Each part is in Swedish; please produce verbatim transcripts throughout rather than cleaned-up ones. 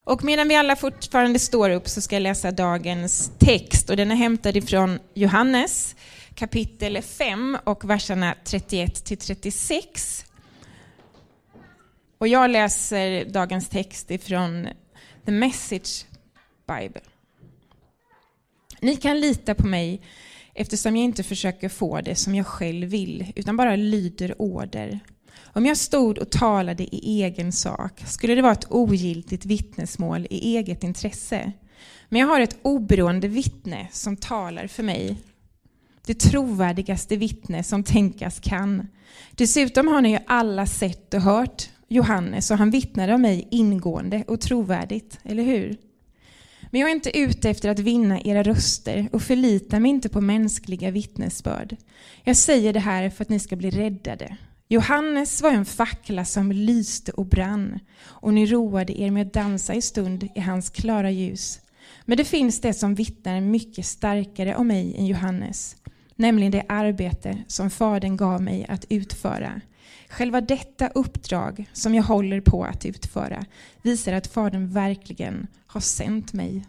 Och medan vi alla fortfarande står upp så ska jag läsa dagens text. Och den är hämtad ifrån Johannes kapitel fem och verserna trettioett till trettiosex. Och jag läser dagens text ifrån The Message Bible. Ni kan lita på mig eftersom jag inte försöker få det som jag själv vill utan bara lyder order. Om jag stod och talade i egen sak skulle det vara ett ogiltigt vittnesmål i eget intresse. Men jag har ett oberoende vittne som talar för mig. Det trovärdigaste vittne som tänkas kan. Dessutom har ni ju alla sett och hört Johannes och han vittnade om mig ingående och trovärdigt, eller hur? Men jag är inte ute efter att vinna era röster och förlita mig inte på mänskliga vittnesbörd. Jag säger det här för att ni ska bli räddade. Johannes var en fackla som lyste och brann och ni roade er med att dansa i stund i hans klara ljus. Men det finns det som vittnar mycket starkare om mig än Johannes, nämligen det arbete som Fadern gav mig att utföra. Själva detta uppdrag som jag håller på att utföra visar att Fadern verkligen har sänt mig.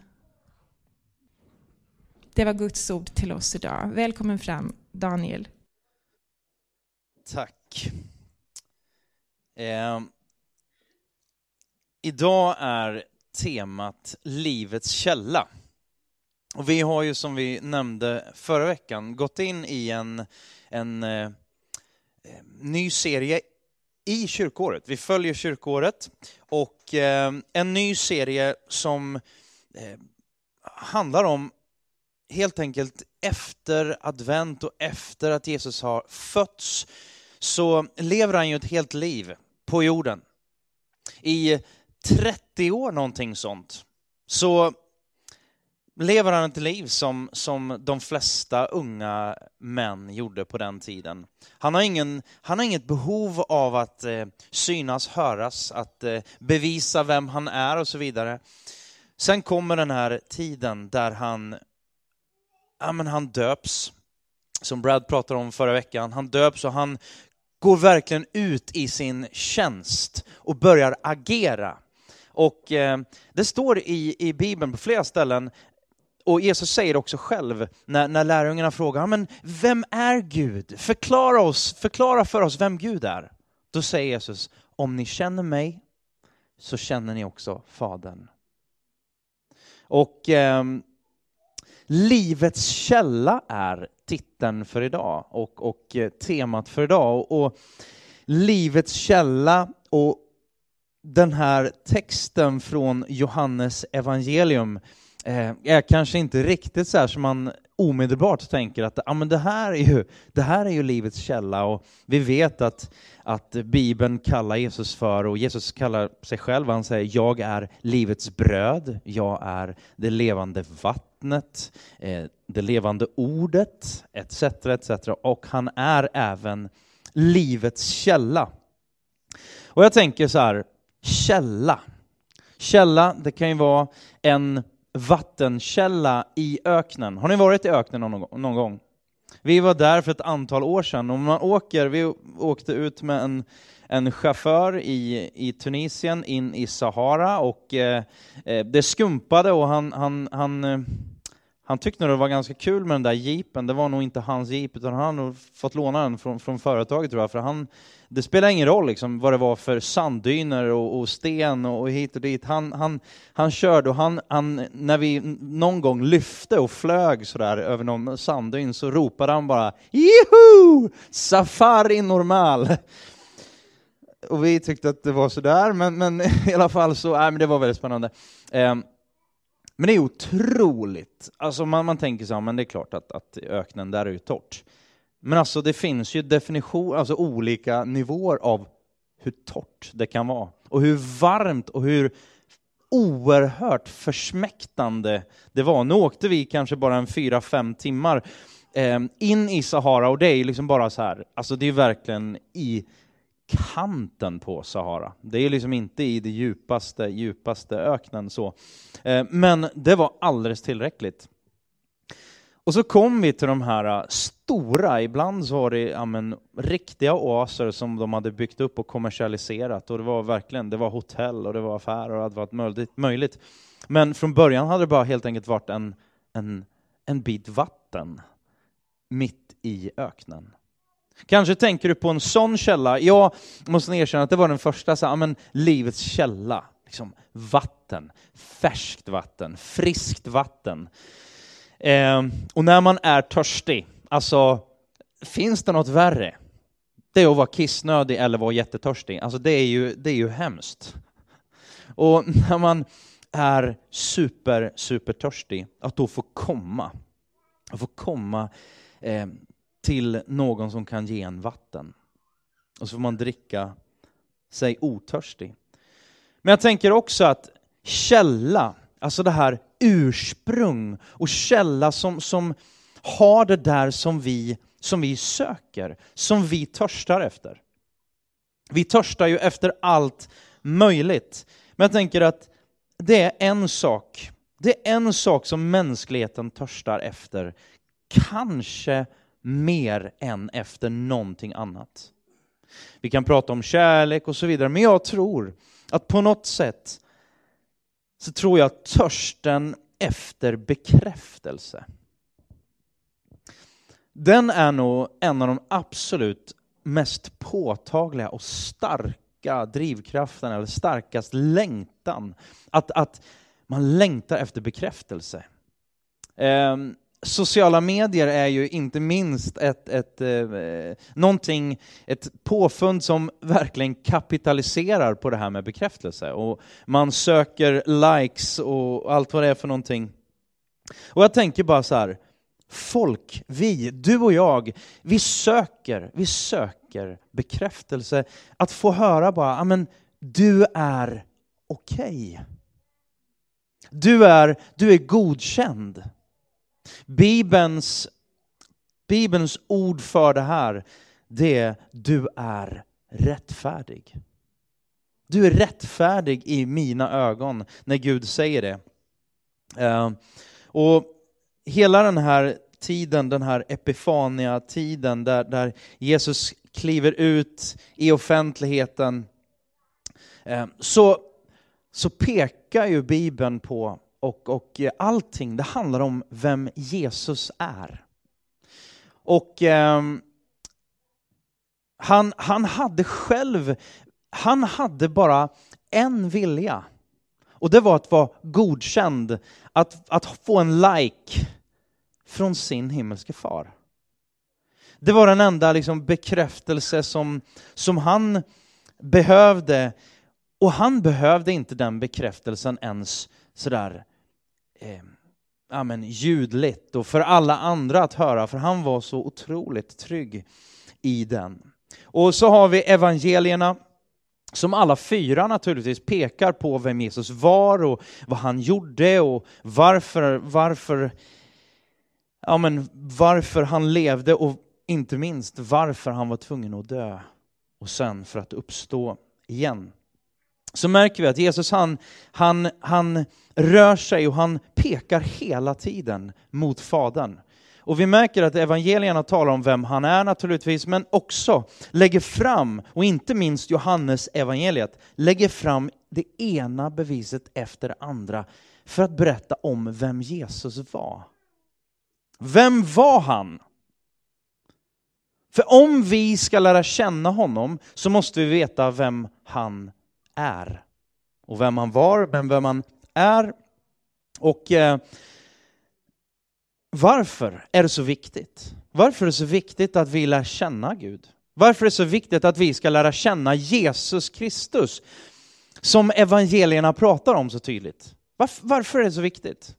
Det var Guds ord till oss idag. Välkommen fram, Daniel. Tack. Eh, idag är temat livets källa. Och vi har ju som vi nämnde förra veckan gått in i en, en eh, ny serie i kyrkåret. Vi följer kyrkåret och eh, en ny serie som eh, handlar om helt enkelt efter advent och efter att Jesus har fötts så lever han ju ett helt liv på jorden. I trettio år någonting sånt så lever han ett liv som, som de flesta unga män gjorde på den tiden. Han har, ingen, han har inget behov av att eh, synas, höras, att eh, bevisa vem han är och så vidare. Sen kommer den här tiden där han, ja, men han döps. Som Brad pratade om förra veckan. Han döps och han går verkligen ut i sin tjänst och börjar agera. Och eh, det står i, i Bibeln på flera ställen. Och Jesus säger också själv när, när lärjungarna frågar, men vem är Gud? Förklara oss, förklara för oss vem Gud är. Då säger Jesus, om ni känner mig så känner ni också Fadern. Och eh, livets källa är titeln för idag och, och eh, temat för idag. Och, och livets källa och den här texten från Johannes evangelium eh, är kanske inte riktigt så här som man omedelbart tänker att ah, men det, här är ju, det här är ju livets källa. Och vi vet att, att Bibeln kallar Jesus för, och Jesus kallar sig själv, han säger jag är livets bröd, jag är det levande vattnet, eh, det levande ordet, et cetera et cetera. Och han är även livets källa. Och jag tänker så här, källa. Källa, det kan ju vara en vattenkälla i öknen. Har ni varit i öknen någon, någon gång? Vi var där för ett antal år sedan. Och man åker, vi åkte ut med en, en chaufför i, i Tunisien in i Sahara. Och eh, det skumpade och han... han, han eh, Han tyckte nog det var ganska kul med den där jeepen. Det var nog inte hans jeep utan han hade fått låna den från, från företaget tror jag. För han, det spelar ingen roll liksom, vad det var för sanddyner och, och sten och, och hit och dit. Han, han, han körde och han, han, när vi någon gång lyfte och flög sådär över någon sanddyn så ropade han bara Juhu! Safari normal! Och vi tyckte att det var sådär. Men, men i alla fall så, äh, men det var väldigt spännande. Um, Men det är otroligt. Alltså man, man tänker så här, men det är klart att, att öknen där är ju torrt. Men alltså det finns ju definition, alltså olika nivåer av hur torrt det kan vara. Och hur varmt och hur oerhört försmäktande det var. Nu åkte vi kanske bara en fyra, fem timmar eh, in i Sahara. Och det är ju liksom bara så här, alltså det är verkligen i kanten på Sahara. Det är liksom inte i det djupaste, djupaste öknen så. Men det var alldeles tillräckligt. Och så kom vi till de här stora, ibland så var det ja, men, riktiga oaser som de hade byggt upp och kommersialiserat. Och det var verkligen, det var hotell och det var affärer och allt var möjligt. Men från början hade det bara helt enkelt varit en, en, en bit vatten mitt i öknen. Kanske tänker du på en sån källa. Jag måste erkänna att det var den första så, ja, men, livets källa. Liksom, vatten, färskt vatten, friskt vatten. Eh, och när man är törstig, alltså finns det något värre? Det är att vara kissnödig eller vara jättetörstig. Alltså det är ju, det är ju hemskt. Och när man är super, super törstig, att då få komma, att få komma eh, till någon som kan ge en vatten. Och så får man dricka sig otörstig. Men jag tänker också att källa, alltså det här ursprung och källa som, som har det där som vi, som vi söker, som vi törstar efter. Vi törstar ju efter allt möjligt. Men jag tänker att det är en sak, det är en sak som mänskligheten törstar efter, kanske mer än efter någonting annat. Vi kan prata om kärlek och så vidare, men jag tror att på något sätt så tror jag att törsten efter bekräftelse, den är nog en av de absolut mest påtagliga och starka drivkrafterna, eller starkast längtan. Att, att man längtar efter bekräftelse. Eh, sociala medier är ju inte minst ett, ett, eh, någonting, ett påfund som verkligen kapitaliserar på det här med bekräftelse. Och man söker likes och allt vad det är för någonting. Och jag tänker bara så här, folk, vi, du och jag, vi söker, vi söker bekräftelse. Att få höra bara, ja men du är okej. Okay. Du är, du är godkänd. Bibelns, Bibelns ord för det här, det är du är rättfärdig. Du är rättfärdig i mina ögon när Gud säger det. Uh, och hela den här tiden, den här epifania-tiden där, där Jesus kliver ut i offentligheten, uh, så, så pekar ju Bibeln på Och, och allting, det handlar om vem Jesus är. Och eh, han, han hade själv, han hade bara en vilja. Och det var att vara godkänd, att, att få en like från sin himmelske far. Det var den enda liksom, bekräftelse som, som han behövde. Och han behövde inte den bekräftelsen ens sådär Eh, ja, men ljudligt och för alla andra att höra, för han var så otroligt trygg i den. Och så har vi evangelierna som alla fyra naturligtvis pekar på vem Jesus var och vad han gjorde och varför, varför, ja, men varför han levde och inte minst varför han var tvungen att dö och sen för att uppstå igen. Så märker vi att Jesus han, han, han rör sig och han pekar hela tiden mot Fadern. Och vi märker att evangelierna talar om vem han är naturligtvis, men också lägger fram, och inte minst Johannes evangeliet, lägger fram det ena beviset efter det andra för att berätta om vem Jesus var. Vem var han? För om vi ska lära känna honom så måste vi veta vem han är. Och vem han var, men vem han är. Och eh, varför är det så viktigt? Varför är det så viktigt att vi lär känna Gud? Varför är det så viktigt att vi ska lära känna Jesus Kristus som evangelierna pratar om så tydligt? Varför, varför är det så viktigt?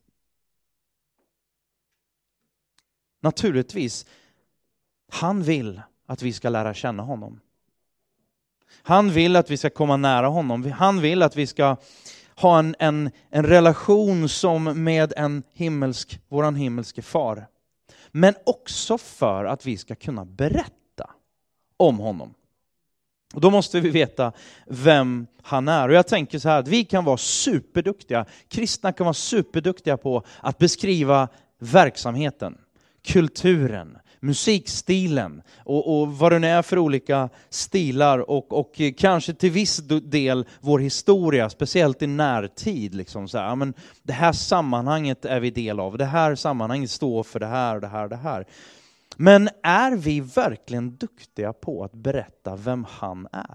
Naturligtvis, han vill att vi ska lära känna honom. Han vill att vi ska komma nära honom. Han vill att vi ska ha en, en, en relation som med en himmelsk, våran himmelske far. Men också för att vi ska kunna berätta om honom. Och då måste vi veta vem han är. Och jag tänker så här att vi kan vara superduktiga. Kristna kan vara superduktiga på att beskriva verksamheten. kulturen, musikstilen och, och vad det nu är för olika stilar och, och kanske till viss del vår historia, speciellt i närtid. Liksom så här, ja, men det här sammanhanget är vi del av, det här sammanhanget står för det här och det här och det här. Men är vi verkligen duktiga på att berätta vem han är?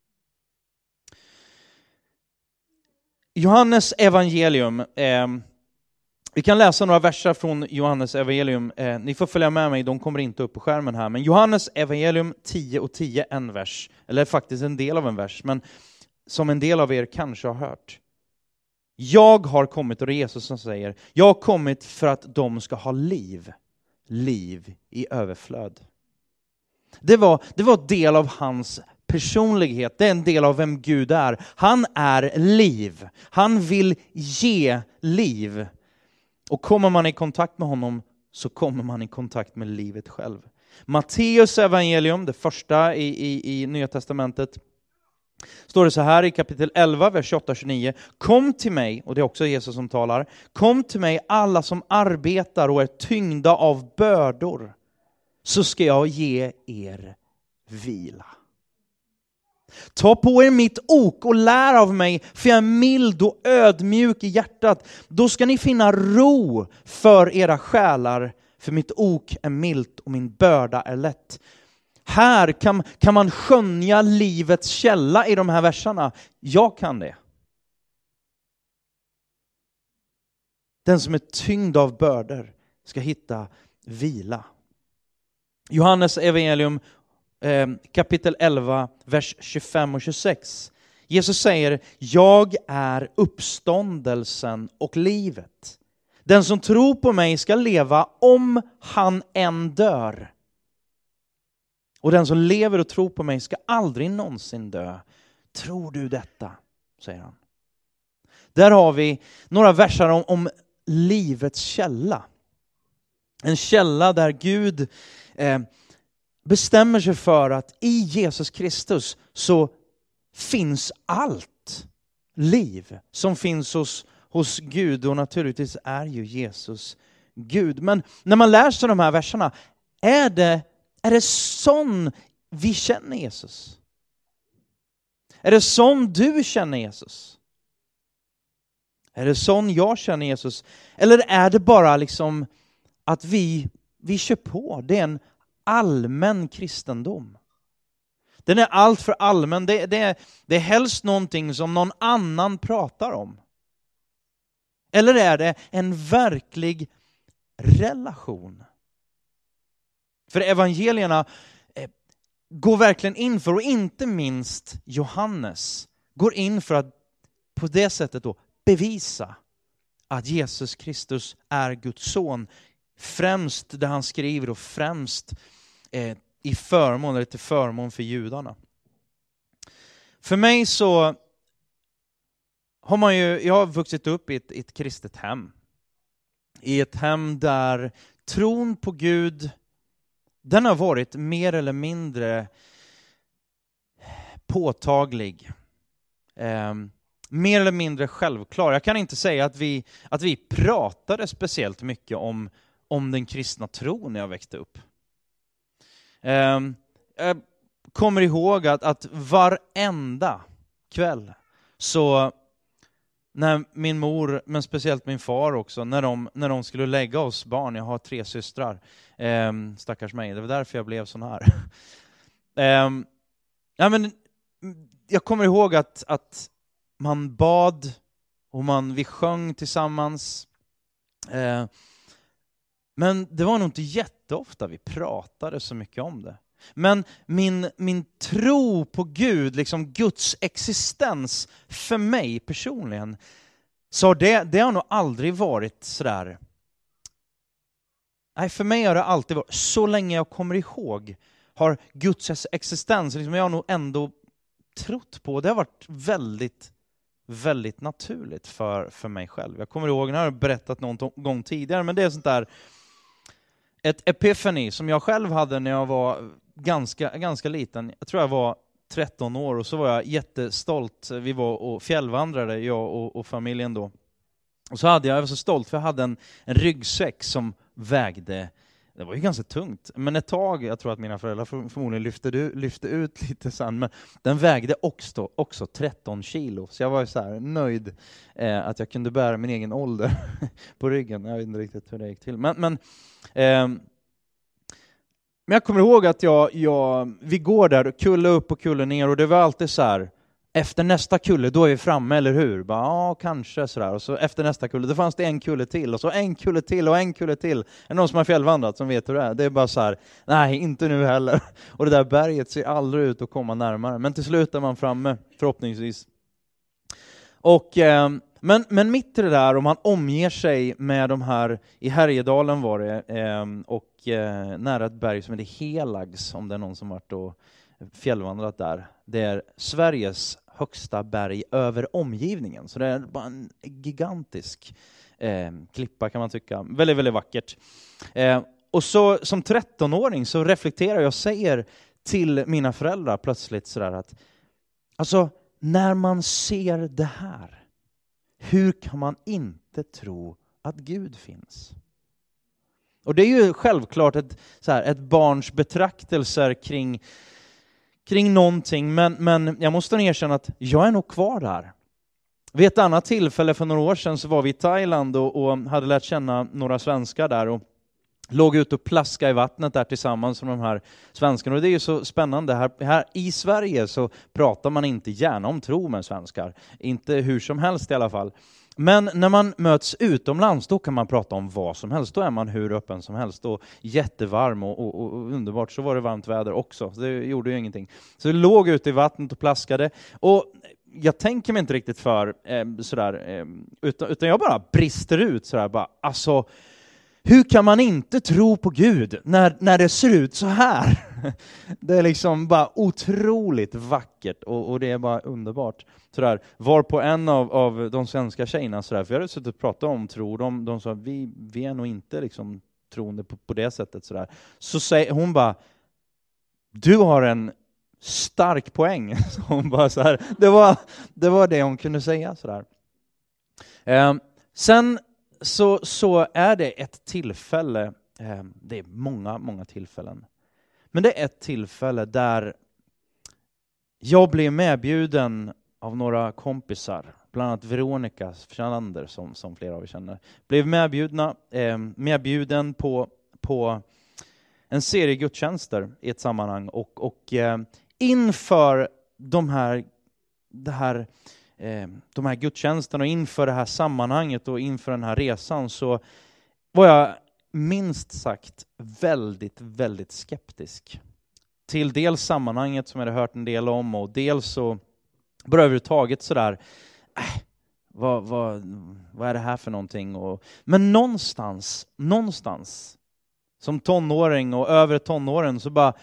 Johannes evangelium. Eh, vi kan läsa några verser från Johannes evangelium. Eh, ni får följa med mig, de kommer inte upp på skärmen här. Men Johannes evangelium tio och tio, en vers. Eller faktiskt en del av en vers. Men som en del av er kanske har hört. Jag har kommit, och det är Jesus som säger. Jag har kommit för att de ska ha liv. Liv i överflöd. Det var, det var del av hans personlighet. Det är en del av vem Gud är. Han är liv. Han vill ge liv. Och kommer man i kontakt med honom så kommer man i kontakt med livet själv. Matteus evangelium, det första i, i, i Nya testamentet, står det så här i kapitel elva, vers tjugoåtta till tjugonio. Kom till mig, och det är också Jesus som talar. Kom till mig alla som arbetar och är tyngda av bördor, så ska jag ge er vila. Ta på er mitt ok och lär av mig, för jag är mild och ödmjuk i hjärtat. Då ska ni finna ro för era själar, för mitt ok är milt och min börda är lätt. Här kan, kan man skönja livets källa i de här verserna. Jag kan det. Den som är tyngd av bördor ska hitta vila. Johannes evangelium eh, kapitel elva, vers tjugofem och tjugosex. Jesus säger, jag är uppståndelsen och livet. Den som tror på mig ska leva om han än dör. Och den som lever och tror på mig ska aldrig någonsin dö. Tror du detta? Säger han. Där har vi några verser om, om livets källa. En källa där Gud eh, bestämmer sig för att i Jesus Kristus så finns allt liv som finns hos, hos Gud. Och naturligtvis är ju Jesus Gud. Men när man läser de här verserna, är det Är det sån vi känner Jesus? Är det sån du känner Jesus? Är det sån jag känner Jesus? Eller är det bara liksom att vi, vi kör på? Det är en allmän kristendom. Den är allt för allmän. Det, det, är, det är helst någonting som någon annan pratar om. Eller är det en verklig relation? För evangelierna går verkligen in för, och inte minst Johannes, går in för att på det sättet då bevisa att Jesus Kristus är Guds son. Främst det han skriver och främst eh, i förmån, eller till förmån för judarna. För mig så har man ju, jag har vuxit upp i ett, i ett kristet hem. I ett hem där tron på Gud, den har varit mer eller mindre påtaglig. Eh, mer eller mindre självklar. Jag kan inte säga att vi, att vi pratade speciellt mycket om, om den kristna tron när jag växte upp. Eh, jag kommer ihåg att, att varenda kväll så när min mor, men speciellt min far också, när de, när de skulle lägga oss barn, jag har tre systrar, eh, stackars mig, det var därför jag blev sån här. eh, ja, men, jag kommer ihåg att, att man bad och man, vi sjöng tillsammans. Eh, men det var nog inte jätteofta vi pratade så mycket om det. Men min, min tro på Gud, liksom Guds existens för mig personligen, så det, det har nog aldrig varit sådär. Nej, för mig har det alltid varit, så länge jag kommer ihåg, har Guds existens, liksom jag har nog ändå trott på. Det har varit väldigt, väldigt naturligt för, för mig själv. Jag kommer ihåg, när jag har berättat någon gång tidigare, men det är sånt där, ett epiphany som jag själv hade när jag var ganska, ganska liten. Jag tror jag var tretton år och så var jag jättestolt. Vi var och fjällvandrade, jag och, och familjen då. Och så hade jag, jag var så stolt för jag hade en, en ryggsäck som vägde det var ju ganska tungt. Men ett tag, jag tror att mina föräldrar förmodligen lyfte, lyfte ut lite sen, men den vägde också, också tretton kilo. Så jag var ju så här nöjd eh, att jag kunde bära min egen ålder på ryggen. Jag vet inte riktigt hur det gick till. Men, men, eh, men jag kommer ihåg att jag, jag, vi går där, kulle upp och kulle ner, och det var alltid så här, efter nästa kulle, då är vi framme, eller hur? Bara, ja, kanske sådär. Och så efter nästa kulle, då fanns det en kulle till. Och så en kulle till och en kulle till. Är det någon som har fjällvandrat som vet hur det är? Det är bara så här, nej, inte nu heller. Och det där berget ser aldrig ut att komma närmare. Men till slut är man framme, förhoppningsvis. Och, eh, men, men mitt i det där, om man omger sig med de här, i Härjedalen var det, eh, och eh, nära ett berg som heter Helags, om det är någon som varit och fjällvandrat där. Det är Sveriges högsta berg över omgivningen. Så det är bara en gigantisk eh, klippa, kan man tycka. Väldigt, väldigt vackert. Eh, och så som trettonåring så reflekterar jag och säger till mina föräldrar plötsligt sådär att alltså, när man ser det här, hur kan man inte tro att Gud finns? Och det är ju självklart ett, så här, ett barns betraktelser kring kring någonting, men, men jag måste erkänna att jag är nog kvar där. Vid ett annat tillfälle för några år sedan så var vi i Thailand och, och hade lärt känna några svenskar där och låg ut och plaska i vattnet där tillsammans med de här svenskarna. Och det är ju så spännande. Här, här i Sverige så pratar man inte gärna om tro med svenskar. Inte hur som helst i alla fall. Men när man möts utomlands, då kan man prata om vad som helst. Då är man hur öppen som helst och jättevarm och, och, och underbart. Så var det varmt väder också, så det gjorde ju ingenting. Så det låg ute i vattnet och plaskade. Och jag tänker mig inte riktigt för eh, sådär, eh, utan, utan jag bara brister ut sådär. Bara, alltså, hur kan man inte tro på Gud när, när det ser ut så här? Det är liksom bara otroligt vackert och, och det är bara underbart. Sådär, var på en av, av de svenska tjejerna, sådär, för jag hade suttit och pratat om tro, de, de sa vi, vi är nog inte liksom troende på, på det sättet. Sådär. Så säger hon bara, du har en stark poäng. Så hon bara så här, det, var, det var det hon kunde säga. Sådär. Eh, sen så, så är det ett tillfälle, eh, det är många, många tillfällen. Men det är ett tillfälle där jag blev medbjuden av några kompisar, bland annat Veronica Fjerlander som, som flera av er känner. Blev medbjudna, eh, medbjuden på, på en serie gudstjänster i ett sammanhang. Och, och eh, inför de här, det här, eh, de här gudstjänsterna och inför det här sammanhanget och inför den här resan så var jag minst sagt väldigt, väldigt skeptisk. Till dels sammanhanget som jag hade hört en del om och dels så bara överhuvudtaget sådär, äh, vad, vad, vad är det här för någonting? Och, men någonstans, någonstans som tonåring och över tonåren så bara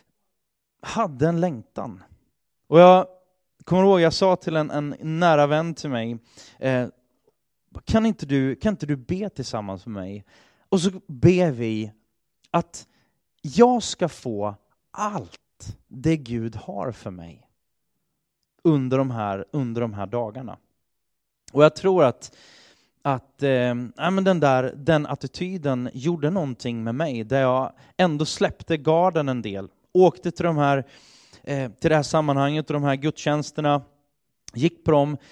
hade en längtan. Och jag kommer ihåg, jag sa till en, en nära vän till mig, eh, kan, inte du, kan inte du be tillsammans med mig? Och så ber vi att jag ska få allt det Gud har för mig under de här, under de här dagarna. Och jag tror att, att eh, ja, men den, där, den attityden gjorde någonting med mig där jag ändå släppte garden en del. Åkte till, de här, eh, till det här sammanhanget och de här gudstjänsterna, gick på dem.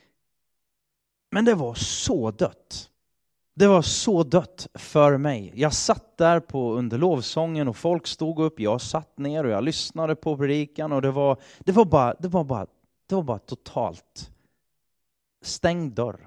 Men det var så dött. Det var så dött för mig. Jag satt där på under lovsången och folk stod upp. Jag satt ner och jag lyssnade på predikan och det var, det var, bara, det var, bara, det var bara totalt stängd dörr.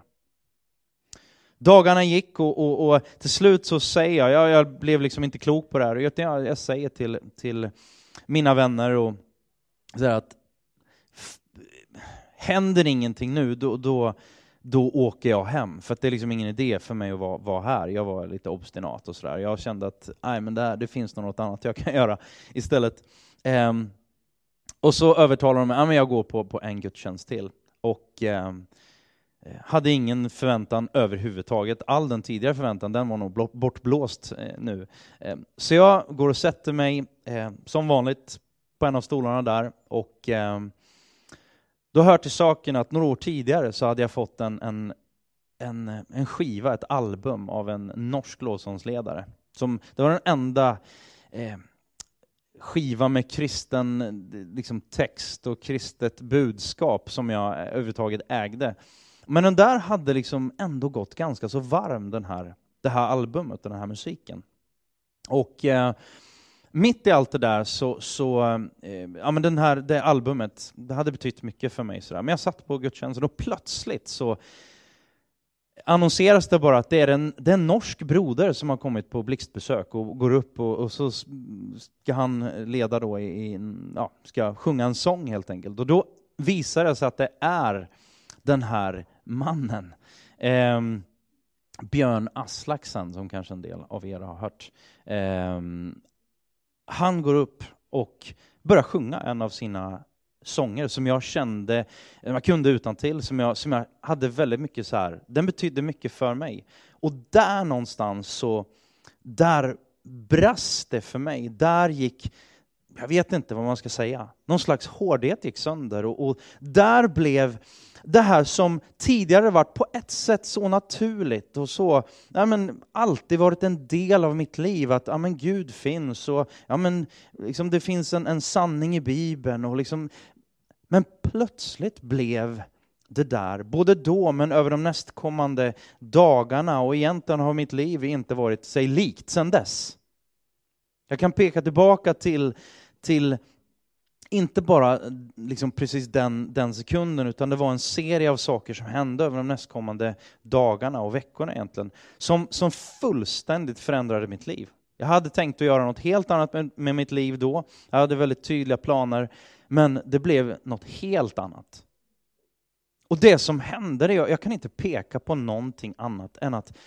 Dagarna gick och, och, och till slut så säger jag, jag, jag blev liksom inte klok på det här. Jag, jag säger till, till mina vänner och så att f- händer ingenting nu då, då då åker jag hem. För att det är liksom ingen idé för mig att vara, vara här. Jag var lite obstinat och sådär. Jag kände att nej, men det, det finns något annat jag kan göra istället. Um, och så övertalade de mig, ja, men jag går på, på en gudstjänst till. Och um, hade ingen förväntan överhuvudtaget. All den tidigare förväntan, den var nog bortblåst eh, nu. Um, så jag går och sätter mig eh, som vanligt på en av stolarna där. Och um, då hör till saken att några år tidigare så hade jag fått en, en, en, en skiva, ett album av en norsk lovsångsledare. Som, det var den enda eh, skiva med kristen liksom, text och kristet budskap som jag överhuvudtaget ägde. Men den där hade liksom ändå gått ganska så varm, den här, det här albumet, den här musiken. Och eh, mitt i allt det där så, så eh, ja men den här, det albumet, det hade betytt mycket för mig. Sådär. Men jag satt på gudstjänsten och plötsligt så annonseras det bara att det är en, det är en norsk broder som har kommit på blixtbesök och går upp och, och så ska han leda då i, i ja, ska sjunga en sång helt enkelt. Och då visar det sig att det är den här mannen, eh, Björn Aslaksen, som kanske en del av er har hört. Eh, han går upp och börjar sjunga en av sina sånger som jag kände, jag kunde utan till, som jag, som jag hade väldigt mycket så här, den betydde mycket för mig. Och där någonstans så, där brast det för mig, där gick, jag vet inte vad man ska säga, någon slags hårdhet gick sönder. Och, och där blev det här som tidigare varit på ett sätt så naturligt och så, ja men alltid varit en del av mitt liv, att ja men Gud finns och ja men liksom det finns en, en sanning i Bibeln och liksom, men plötsligt blev det där, både då men över de nästkommande dagarna, och egentligen har mitt liv inte varit sig likt sedan dess. Jag kan peka tillbaka till, till inte bara liksom precis den, den sekunden, utan det var en serie av saker som hände över de nästkommande dagarna och veckorna egentligen, som, som fullständigt förändrade mitt liv. Jag hade tänkt att göra något helt annat med, med mitt liv då. Jag hade väldigt tydliga planer, men det blev något helt annat. Och det som hände, jag, jag kan inte peka på någonting annat än att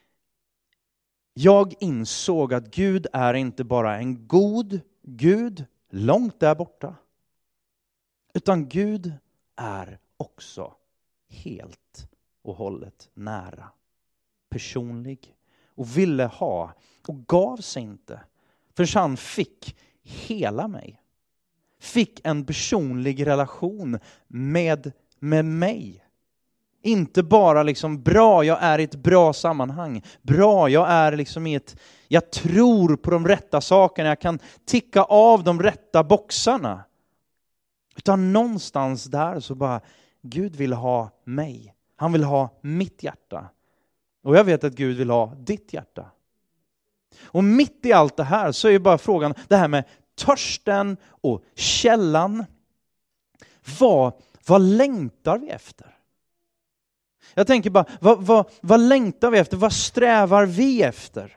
jag insåg att Gud är inte bara en god Gud långt där borta, utan Gud är också helt och hållet nära, personlig, och ville ha och gav sig inte för han fick hela mig, fick en personlig relation med, med mig. Inte bara liksom bra, jag är i ett bra sammanhang. Bra, jag är liksom i ett, jag tror på de rätta sakerna. Jag kan ticka av de rätta boxarna. Utan någonstans där så bara, Gud vill ha mig. Han vill ha mitt hjärta. Och jag vet att Gud vill ha ditt hjärta. Och mitt i allt det här så är ju bara frågan, det här med törsten och källan. Vad, vad längtar vi efter? Jag tänker bara, vad, vad, vad längtar vi efter? Vad strävar vi efter?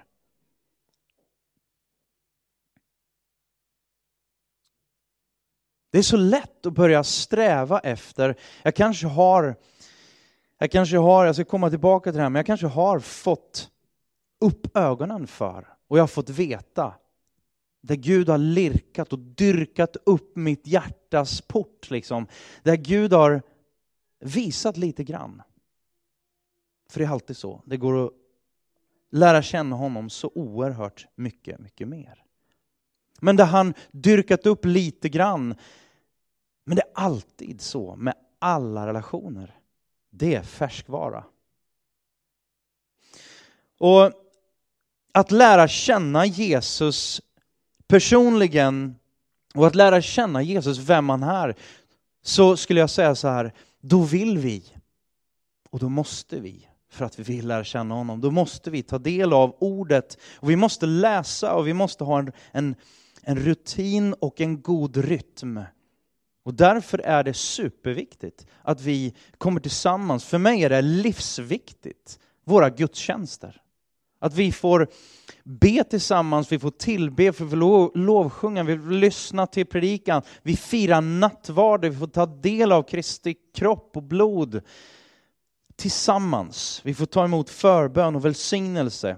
Det är så lätt att börja sträva efter. Jag kanske har, jag kanske har, jag ska komma tillbaka till det här, men jag kanske har fått upp ögonen för, och jag har fått veta, där Gud har lirkat och dyrkat upp mitt hjärtas port, liksom. Där Gud har visat lite grann. För det är alltid så. Det går att lära känna honom så oerhört mycket, mycket mer. Men där han dyrkat upp lite grann. Men det är alltid så med alla relationer. Det är färskvara. Och att lära känna Jesus personligen och att lära känna Jesus, vem han är, så skulle jag säga så här, då vill vi och då måste vi, för att vi vill lära känna honom, då måste vi ta del av ordet och vi måste läsa och vi måste ha en, en, en rutin och en god rytm. Och därför är det superviktigt att vi kommer tillsammans. För mig är det livsviktigt, våra gudstjänster. Att vi får be tillsammans, vi får tillbe, vi får lovsjunga, vi får lyssna till predikan. Vi firar nattvard, vi får ta del av Kristi kropp och blod tillsammans. Vi får ta emot förbön och välsignelse.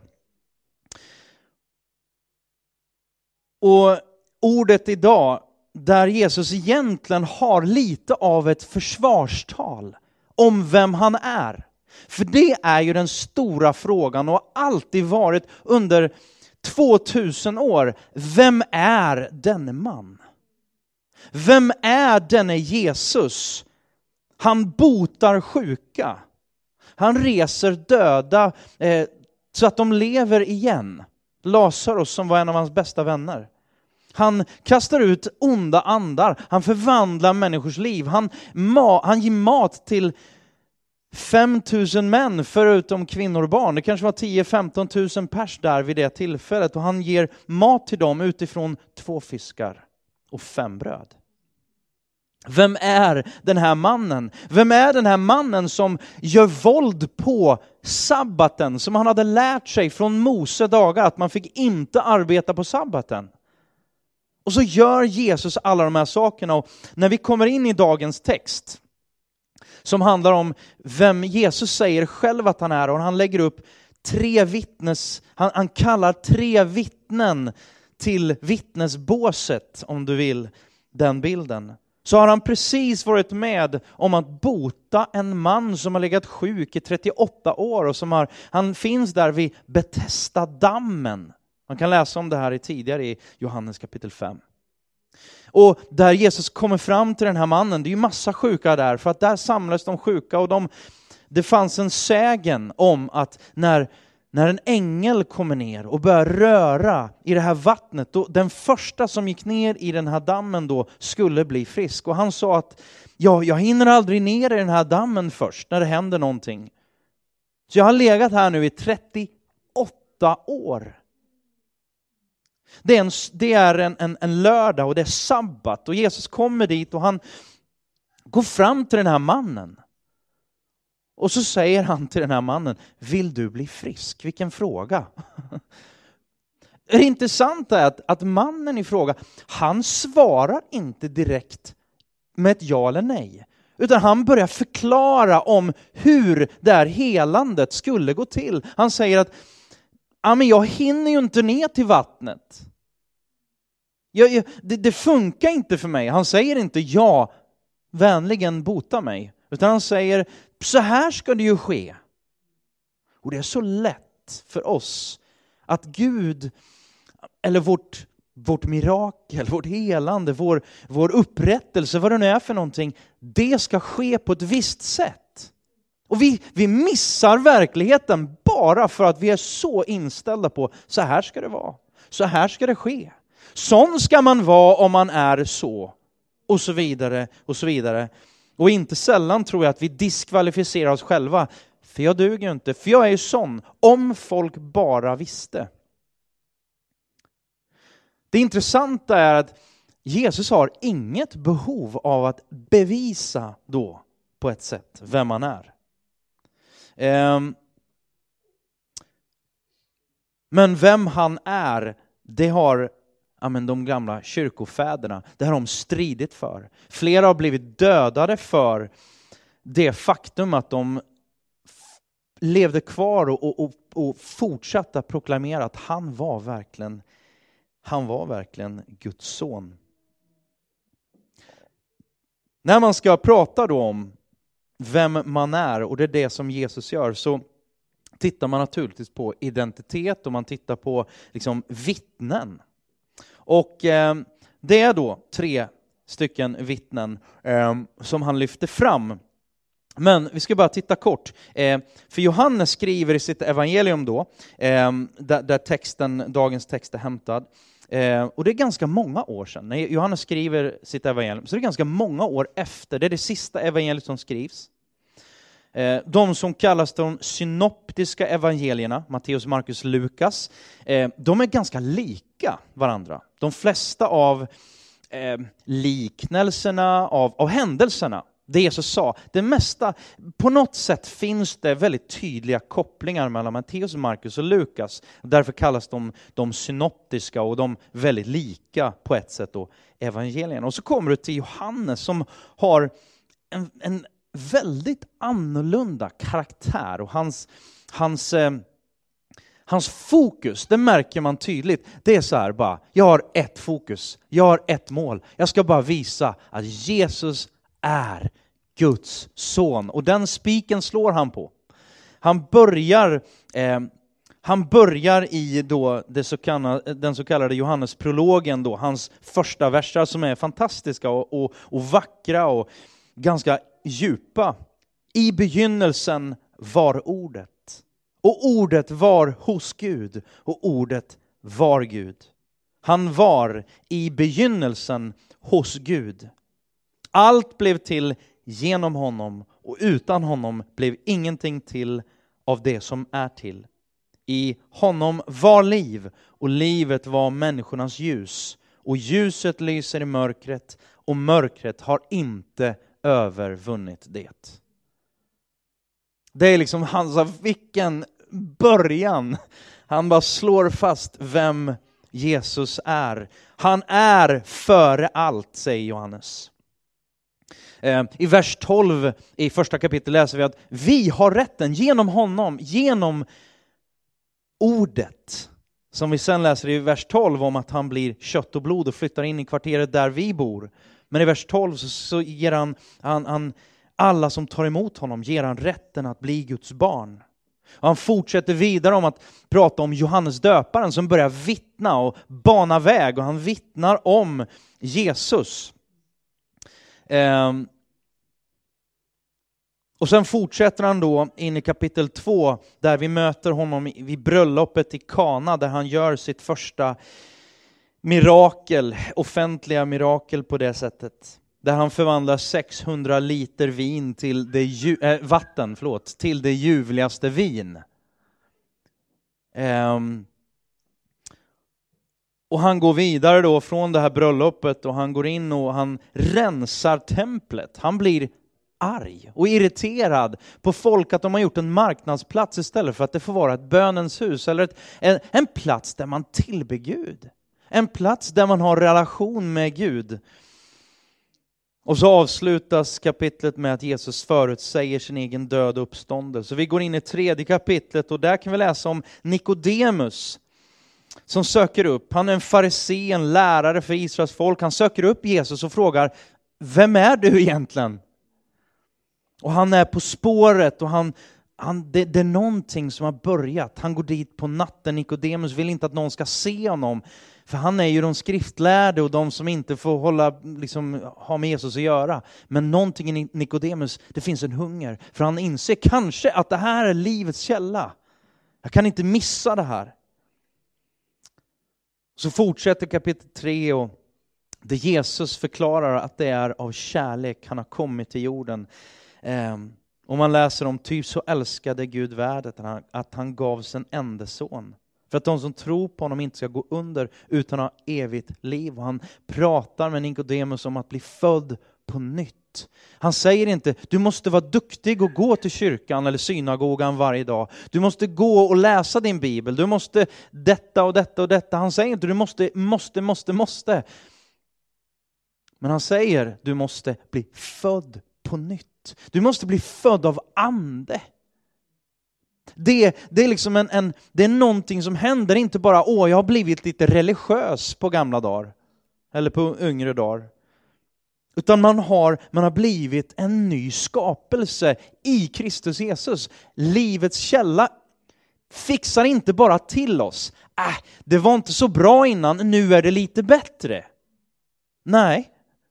Och ordet idag, där Jesus egentligen har lite av ett försvarstal om vem han är. För det är ju den stora frågan och har alltid varit under tvåtusen år. Vem är denne man? Vem är denne Jesus? Han botar sjuka. Han reser döda eh, så att de lever igen. Lazarus som var en av hans bästa vänner. Han kastar ut onda andar. Han förvandlar människors liv. Han, ma- han ger mat till fem tusen män förutom kvinnor och barn. Det kanske var tio till femton tusen pers där vid det tillfället. Och han ger mat till dem utifrån två fiskar och fem bröd. Vem är den här mannen? Vem är den här mannen som gör våld på sabbaten? Som han hade lärt sig från Mose dagar att man fick inte arbeta på sabbaten. Och så gör Jesus alla de här sakerna. Och när vi kommer in i dagens text som handlar om vem Jesus säger själv att han är, och han lägger upp tre vittnes, han, han kallar tre vittnen till vittnesbåset, om du vill den bilden. Så har han precis varit med om att bota en man som har legat sjuk i trettioåtta år och som har, han finns där vid Betesda-dammen. Man kan läsa om det här i tidigare i Johannes kapitel fem. Och där Jesus kommer fram till den här mannen, det är ju massa sjuka där, för att där samlas de sjuka och de, det fanns en sägen om att när, när en ängel kommer ner och börjar röra i det här vattnet, då, den första som gick ner i den här dammen då skulle bli frisk. Och han sa att ja, jag hinner aldrig ner i den här dammen först när det händer någonting. Så jag har legat här nu i trettioåtta år. Det är, en, det är en, en, en lördag och det är sabbat och Jesus kommer dit och han går fram till den här mannen. Och så säger han till den här mannen, vill du bli frisk? Vilken fråga. Det intressanta är att, att mannen i fråga, han svarar inte direkt med ett ja eller nej. Utan han börjar förklara om hur det här helandet skulle gå till. Han säger att ja, men jag hinner ju inte ner till vattnet. Jag, jag, det, det funkar inte för mig. Han säger inte ja, vänligen bota mig. Utan han säger, så här ska det ju ske. Och det är så lätt för oss att Gud, eller vårt, vårt mirakel, vårt helande, vår, vår upprättelse, vad det nu är för någonting, det ska ske på ett visst sätt. Och vi, vi missar verkligheten bara för att vi är så inställda på så här ska det vara. Så här ska det ske. Sån ska man vara om man är så. Och så vidare och så vidare. Och inte sällan tror jag att vi diskvalificerar oss själva. För jag duger ju inte. För jag är ju sån. Om folk bara visste. Det intressanta är att Jesus har inget behov av att bevisa då på ett sätt vem man är. Men vem han är, det har ja, men de gamla kyrkofäderna, det har de stridit för. Flera har blivit dödade för det faktum att de levde kvar och, och, och, och fortsatte proklamera att han var verkligen, han var verkligen Guds son. När man ska prata då om vem man är, och det är det som Jesus gör, så tittar man naturligtvis på identitet och man tittar på liksom vittnen. Och eh, det är då tre stycken vittnen eh, som han lyfter fram. Men vi ska bara titta kort. Eh, för Johannes skriver i sitt evangelium då, eh, där, där texten, dagens text är hämtad. Eh, och det är ganska många år sedan. När Johannes skriver sitt evangelium, så det är ganska många år efter. Det är det sista evangeliet som skrivs. Eh, de som kallas de synoptiska evangelierna, Matteus, Markus, Lukas, eh, de är ganska lika varandra. De flesta av eh, liknelserna, av, av händelserna, det Jesus sa, det mesta, på något sätt finns det väldigt tydliga kopplingar mellan Matteus, Markus och Lukas. Därför kallas de de synoptiska och de väldigt lika på ett sätt då evangelierna. Och så kommer du till Johannes som har en, en väldigt annorlunda karaktär och hans, hans, eh, hans fokus, det märker man tydligt. Det är så här bara, jag har ett fokus, jag har ett mål. Jag ska bara visa att Jesus är Guds son. Och den spiken slår han på. Han börjar, eh, han börjar i då det så kallade, den så kallade Johannes-prologen, då, hans första versar som är fantastiska och, och, och vackra och ganska djupa. I begynnelsen var ordet. Och ordet var hos Gud. Och ordet var Gud. Han var i begynnelsen hos Gud. Allt blev till genom honom och utan honom blev ingenting till av det som är till. I honom var liv och livet var människornas ljus. Och ljuset lyser i mörkret och mörkret har inte övervunnit det. Det är liksom hans, vilken början. Han bara slår fast vem Jesus är. Han är före allt, säger Johannes. I vers tolv i första kapitlet läser vi att vi har rätten genom honom, genom ordet. Som vi sen läser i vers tolv om att han blir kött och blod och flyttar in i kvarteret där vi bor. Men i vers tolv så, så ger han, han, han alla som tar emot honom ger han rätten att bli Guds barn. Och han fortsätter vidare om att prata om Johannes döparen som börjar vittna och bana väg. Och han vittnar om Jesus. Um, och sen fortsätter han då in i kapitel två där vi möter honom vid bröllopet i Kana där han gör sitt första mirakel, offentliga mirakel på det sättet. Där han förvandlar sexhundra liter vin till det ju, äh, vatten, förlåt, till det ljuvligaste vin. Um, och han går vidare då från det här bröllopet och han går in och han rensar templet. Han blir arg och irriterad på folk att de har gjort en marknadsplats istället för att det får vara ett bönens hus eller ett, en, en plats där man tillber Gud. En plats där man har relation med Gud. Och så avslutas kapitlet med att Jesus förutsäger sin egen död och uppståndelse. Så vi går in i tredje kapitlet och där kan vi läsa om Nikodemus som söker upp. Han är en farisé, en lärare för Israels folk. Han söker upp Jesus och frågar, vem är du egentligen? Och han är på spåret och han, han, det, det är någonting som har börjat. Han går dit på natten. Nikodemus vill inte att någon ska se honom. För han är ju de skriftlärde och de som inte får hålla, liksom, ha med Jesus att göra. Men någonting i Nikodemus, det finns en hunger. För han inser kanske att det här är livets källa. Jag kan inte missa det här. Så fortsätter kapitel tre och där Jesus förklarar att det är av kärlek han har kommit till jorden. Um, och man läser om typ så älskade Gud världen att han, att han gav sin enda son. För att de som tror på honom inte ska gå under utan ha evigt liv. Och han pratar med Nikodemus om att bli född på nytt. Han säger inte, du måste vara duktig och gå till kyrkan eller synagogan varje dag. Du måste gå och läsa din bibel. Du måste detta och detta och detta. Han säger inte, du måste, måste, måste, måste. Men han säger, du måste bli född på nytt. Du måste bli född av ande. Det, det är liksom en, en, det är någonting som händer, inte bara åh, jag har blivit lite religiös på gamla dagar. Eller på yngre dagar. Utan man har, man har blivit en ny skapelse i Kristus Jesus. Livets källa fixar inte bara till oss. Äh, det var inte så bra innan, nu är det lite bättre. Nej.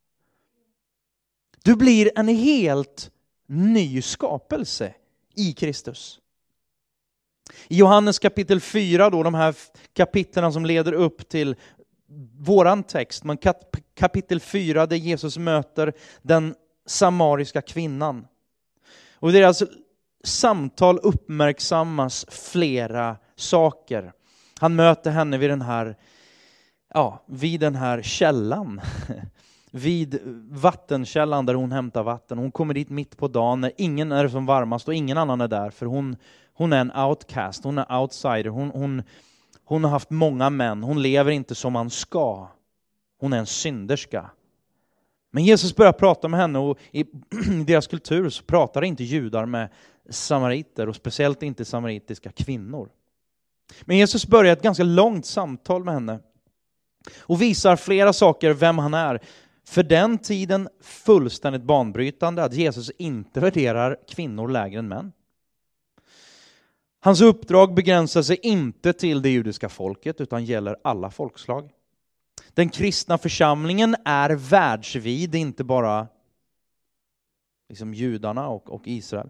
Du blir en helt ny skapelse i Kristus. I Johannes kapitel fyra, då, de här kapitlen som leder upp till våran text, men kapitel fyra där Jesus möter den samariska kvinnan. Och i deras samtal uppmärksammas flera saker. Han möter henne vid den här, ja, vid den här källan. Vid vattenkällan där hon hämtar vatten. Hon kommer dit mitt på dagen när ingen är som varmast och ingen annan är där. För hon, hon är en outcast, hon är outsider. Hon, hon, hon har haft många män. Hon lever inte som man ska. Hon är en synderska. Men Jesus börjar prata med henne och i, i deras kultur så pratar inte judar med samariter och speciellt inte samaritiska kvinnor. Men Jesus börjar ett ganska långt samtal med henne och visar flera saker vem han är. För den tiden fullständigt banbrytande att Jesus inte värderar kvinnor lägre än män. Hans uppdrag begränsar sig inte till det judiska folket utan gäller alla folkslag. Den kristna församlingen är världsvid, inte bara liksom judarna och, och Israel.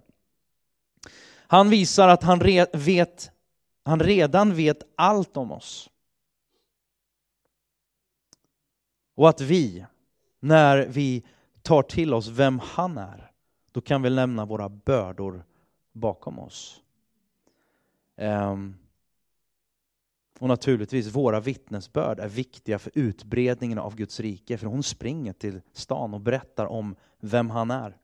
Han visar att han, re, vet, han redan vet allt om oss. Och att vi, när vi tar till oss vem han är, då kan vi lämna våra bördor bakom oss. Um, och naturligtvis, våra vittnesbörd är viktiga för utbredningen av Guds rike. För hon springer till stan och berättar om vem han är.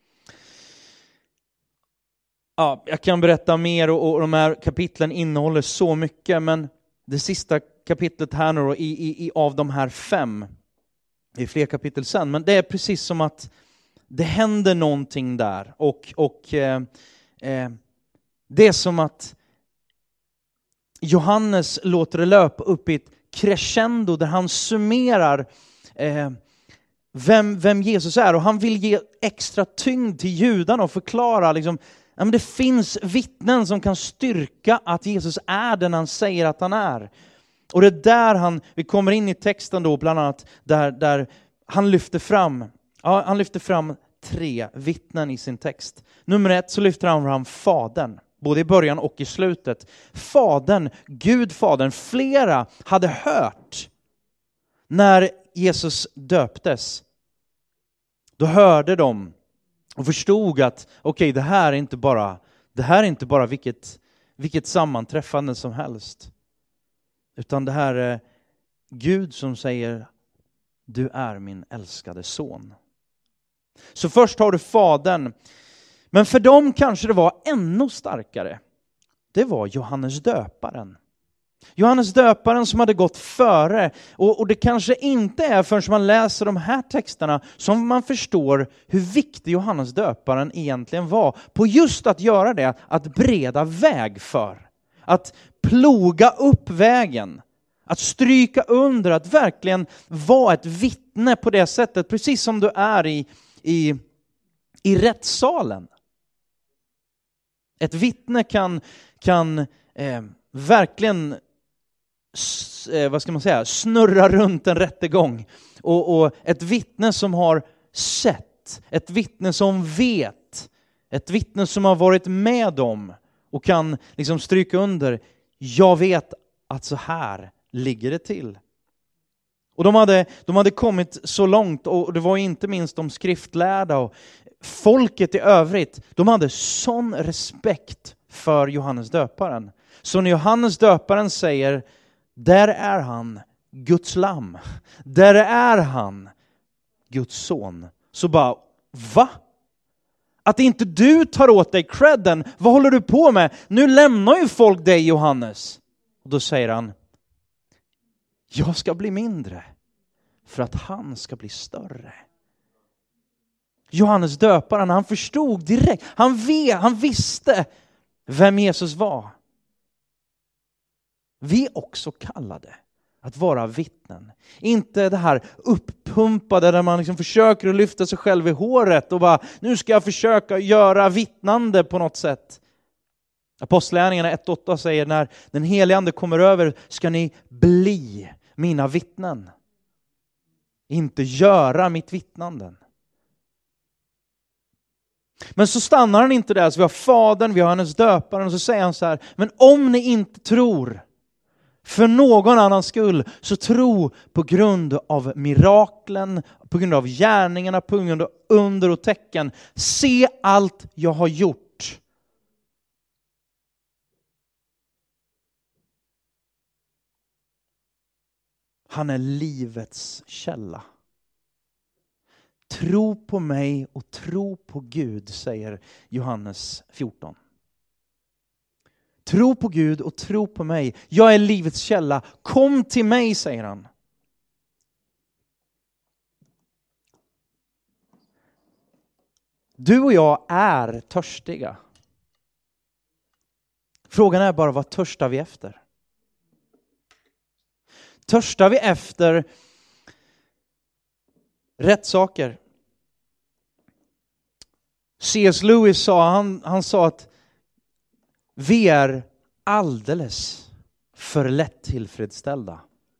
Ja, jag kan berätta mer och, och de här kapitlen innehåller så mycket. Men det sista kapitlet här nu då, i, i, i, av de här fem, det är fler kapitel sen, men det är precis som att det händer någonting där. Och, och eh, eh, det är som att Johannes låter det löpa upp i ett crescendo där han summerar eh, vem, vem Jesus är. Och han vill ge extra tyngd till judarna och förklara liksom, ja, men det finns vittnen som kan styrka att Jesus är den han säger att han är. Och det är där han, vi kommer in i texten då bland annat, där, där han lyfter fram, ja, han lyfter fram tre vittnen i sin text. Nummer ett så lyfter han fram Fadern, både i början och i slutet. Fadern, Gud Fadern, flera hade hört när Jesus döptes. Då hörde de och förstod att okej, okay, det här är inte bara, det här är inte bara vilket, vilket sammanträffande som helst. Utan det här är Gud som säger, du är min älskade son. Så först har du Fadern. Men för dem kanske det var ännu starkare. Det var Johannes döparen. Johannes döparen som hade gått före. Och, och det kanske inte är förrän man läser de här texterna som man förstår hur viktig Johannes döparen egentligen var. På just att göra det, att bereda väg för. Att ploga upp vägen. Att stryka under, att verkligen vara ett vittne på det sättet. Precis som du är i, i, i rättssalen. Ett vittne kan, kan eh, verkligen s, eh, vad ska man säga, snurra runt en rättegång. Och, och ett vittne som har sett, ett vittne som vet, ett vittne som har varit med om och kan liksom stryka under, jag vet att så här ligger det till. Och de hade, de hade kommit så långt, och det var inte minst de skriftlärda och folket i övrigt, de hade sån respekt för Johannes döparen. Så när Johannes döparen säger, där är han Guds lamm, där är han Guds son, så bara, va? Att inte du tar åt dig credden, vad håller du på med? Nu lämnar ju folk dig, Johannes. Och då säger han, jag ska bli mindre för att han ska bli större. Johannes döparen, han förstod direkt. Han, vet, han visste vem Jesus var. Vi är också kallade att vara vittnen. Inte det här uppumpade där man liksom försöker att lyfta sig själv i håret och bara, nu ska jag försöka göra vittnande på något sätt. Apostlagärningarna ett åtta säger, när den helige ande kommer över ska ni bli mina vittnen. Inte göra mitt vittnanden. Men så stannar han inte där. Så vi har Fadern, vi har hennes döparen, och så säger han så här, men om ni inte tror för någon annan skull, så tro på grund av miraklen, på grund av gärningarna, på grund av under och tecken. Se allt jag har gjort. Han är livets källa. Tro på mig och tro på Gud, säger Johannes fjorton. Tro på Gud och tro på mig. Jag är livets källa. Kom till mig, säger han. Du och jag är törstiga. Frågan är bara, vad törstar vi efter? Törstar vi efter rätt saker? C S Lewis sa, han, han sa att vi är alldeles för lätt tillfredsställda.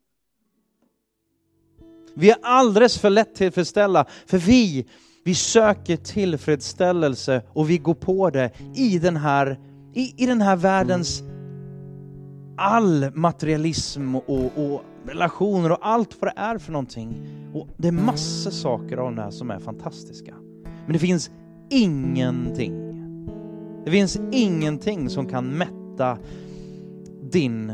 Vi är alldeles för lätt tillfredsställda. För vi, vi söker tillfredsställelse och vi går på det i den här, i, i den här världens all materialism och, och relationer och allt vad det är för någonting. Och det är massor saker av det här som är fantastiska. Men det finns ingenting. Det finns ingenting som kan mätta din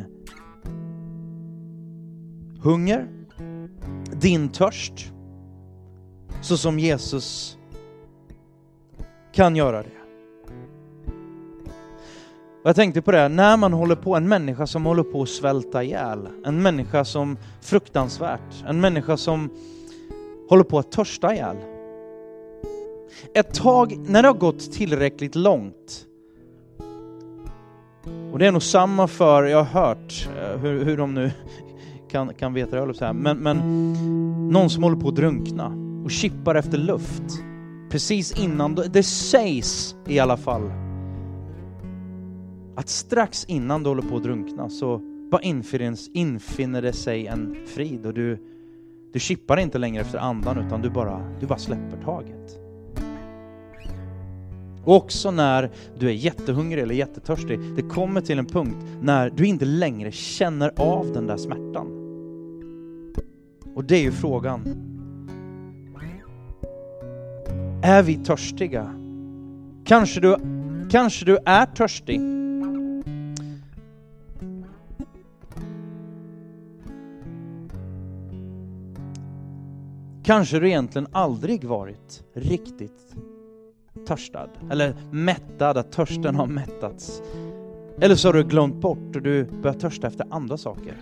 hunger, din törst, så som Jesus kan göra det. Och jag tänkte på det, när man håller på, en människa som håller på att svälta ihjäl, en människa som fruktansvärt, en människa som håller på att törsta ihjäl. Ett tag när det har gått tillräckligt långt, och det är nog samma för, jag har hört hur, hur de nu kan, kan veta det, så här, men, men någon som håller på att drunkna och kippar efter luft precis innan, det sägs i alla fall att strax innan du håller på att drunkna så bara infinner, infinner det sig en frid, och du, du kippar inte längre efter andan, utan du bara, du bara släpper taget. Och också när du är jättehungrig eller jättetörstig, det kommer till en punkt när du inte längre känner av den där smärtan. Och det är ju frågan. Är vi törstiga? Kanske du, kanske du är törstig. Kanske du egentligen aldrig varit riktigt törstad. Eller mättad, att törsten har mättats. Eller så har du glömt bort och du börjar törsta efter andra saker.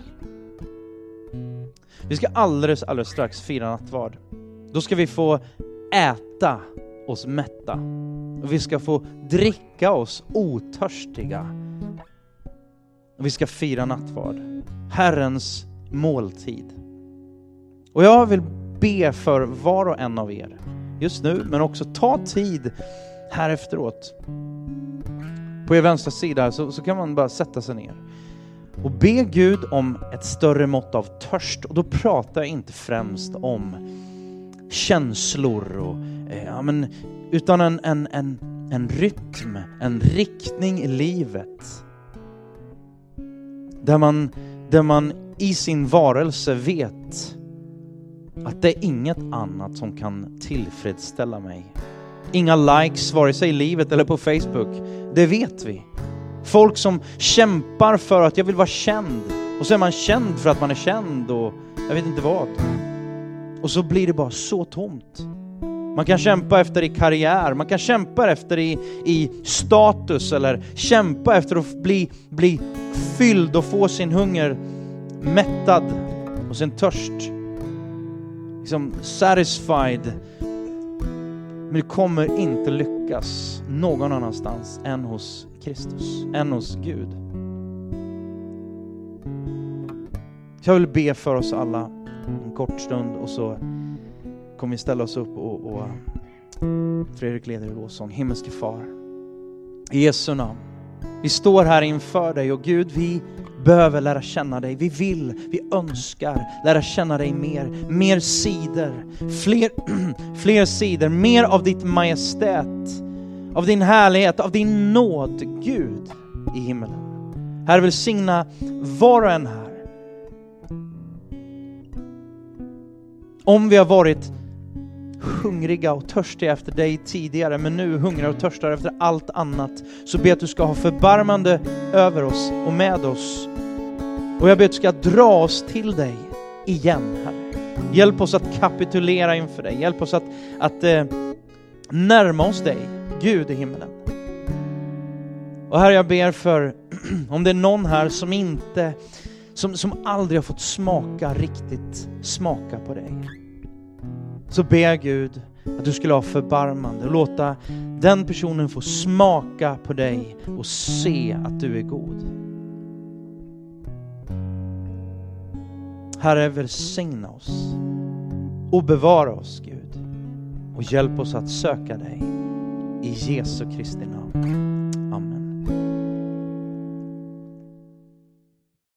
Vi ska alldeles, alldeles strax fira nattvard. Då ska vi få äta oss mätta. Och vi ska få dricka oss otörstiga. Och vi ska fira nattvard. Herrens måltid. Och jag vill be för var och en av er just nu, men också ta tid här efteråt. På er vänstra sida så, så kan man bara sätta sig ner och be Gud om ett större mått av törst. Och då pratar jag inte främst om känslor och, eh, ja, men, utan en, en, en, en rytm, en riktning i livet där man, där man i sin varelse vet att det är inget annat som kan tillfredsställa mig. Inga likes vare sig i livet eller på Facebook. Det vet vi. Folk som kämpar för att jag vill vara känd. Och så är man känd för att man är känd och jag vet inte vad. Och så blir det bara så tomt. Man kan kämpa efter i karriär. Man kan kämpa efter i, i status. Eller kämpa efter att bli, bli fylld och få sin hunger mättad. Och sin törst liksom satisfied. Men det kommer inte lyckas någon annanstans än hos Kristus, än hos Gud. Så jag vill be för oss alla en kort stund, och så kommer vi ställa oss upp och, och Fredrik leder i lovsång. Himmelske far, i Jesu namn, vi står här inför dig, och Gud, vi behöver lära känna dig. Vi vill, vi önskar lära känna dig mer. Mer sidor, fler, fler sidor, mer av ditt majestät, av din härlighet, av din nåd, Gud i himmelen. Herre, välsigna var och en här. Om vi har varit hungriga och törstiga efter dig tidigare, men nu hungrar och törstar efter allt annat, så ber att du ska ha förbarmande över oss och med oss. Och jag ber att du ska dra oss till dig igen, Herre. Hjälp oss att kapitulera inför dig. Hjälp oss att, att eh, närma oss dig, Gud i himmelen. Och Herre, jag ber för om det är någon här som inte som, som aldrig har fått smaka riktigt smaka på dig, så ber jag Gud att du skulle ha förbarmande och låta den personen få smaka på dig och se att du är god. Herre, välsigna oss och bevara oss, Gud, och hjälp oss att söka dig i Jesu Kristi namn.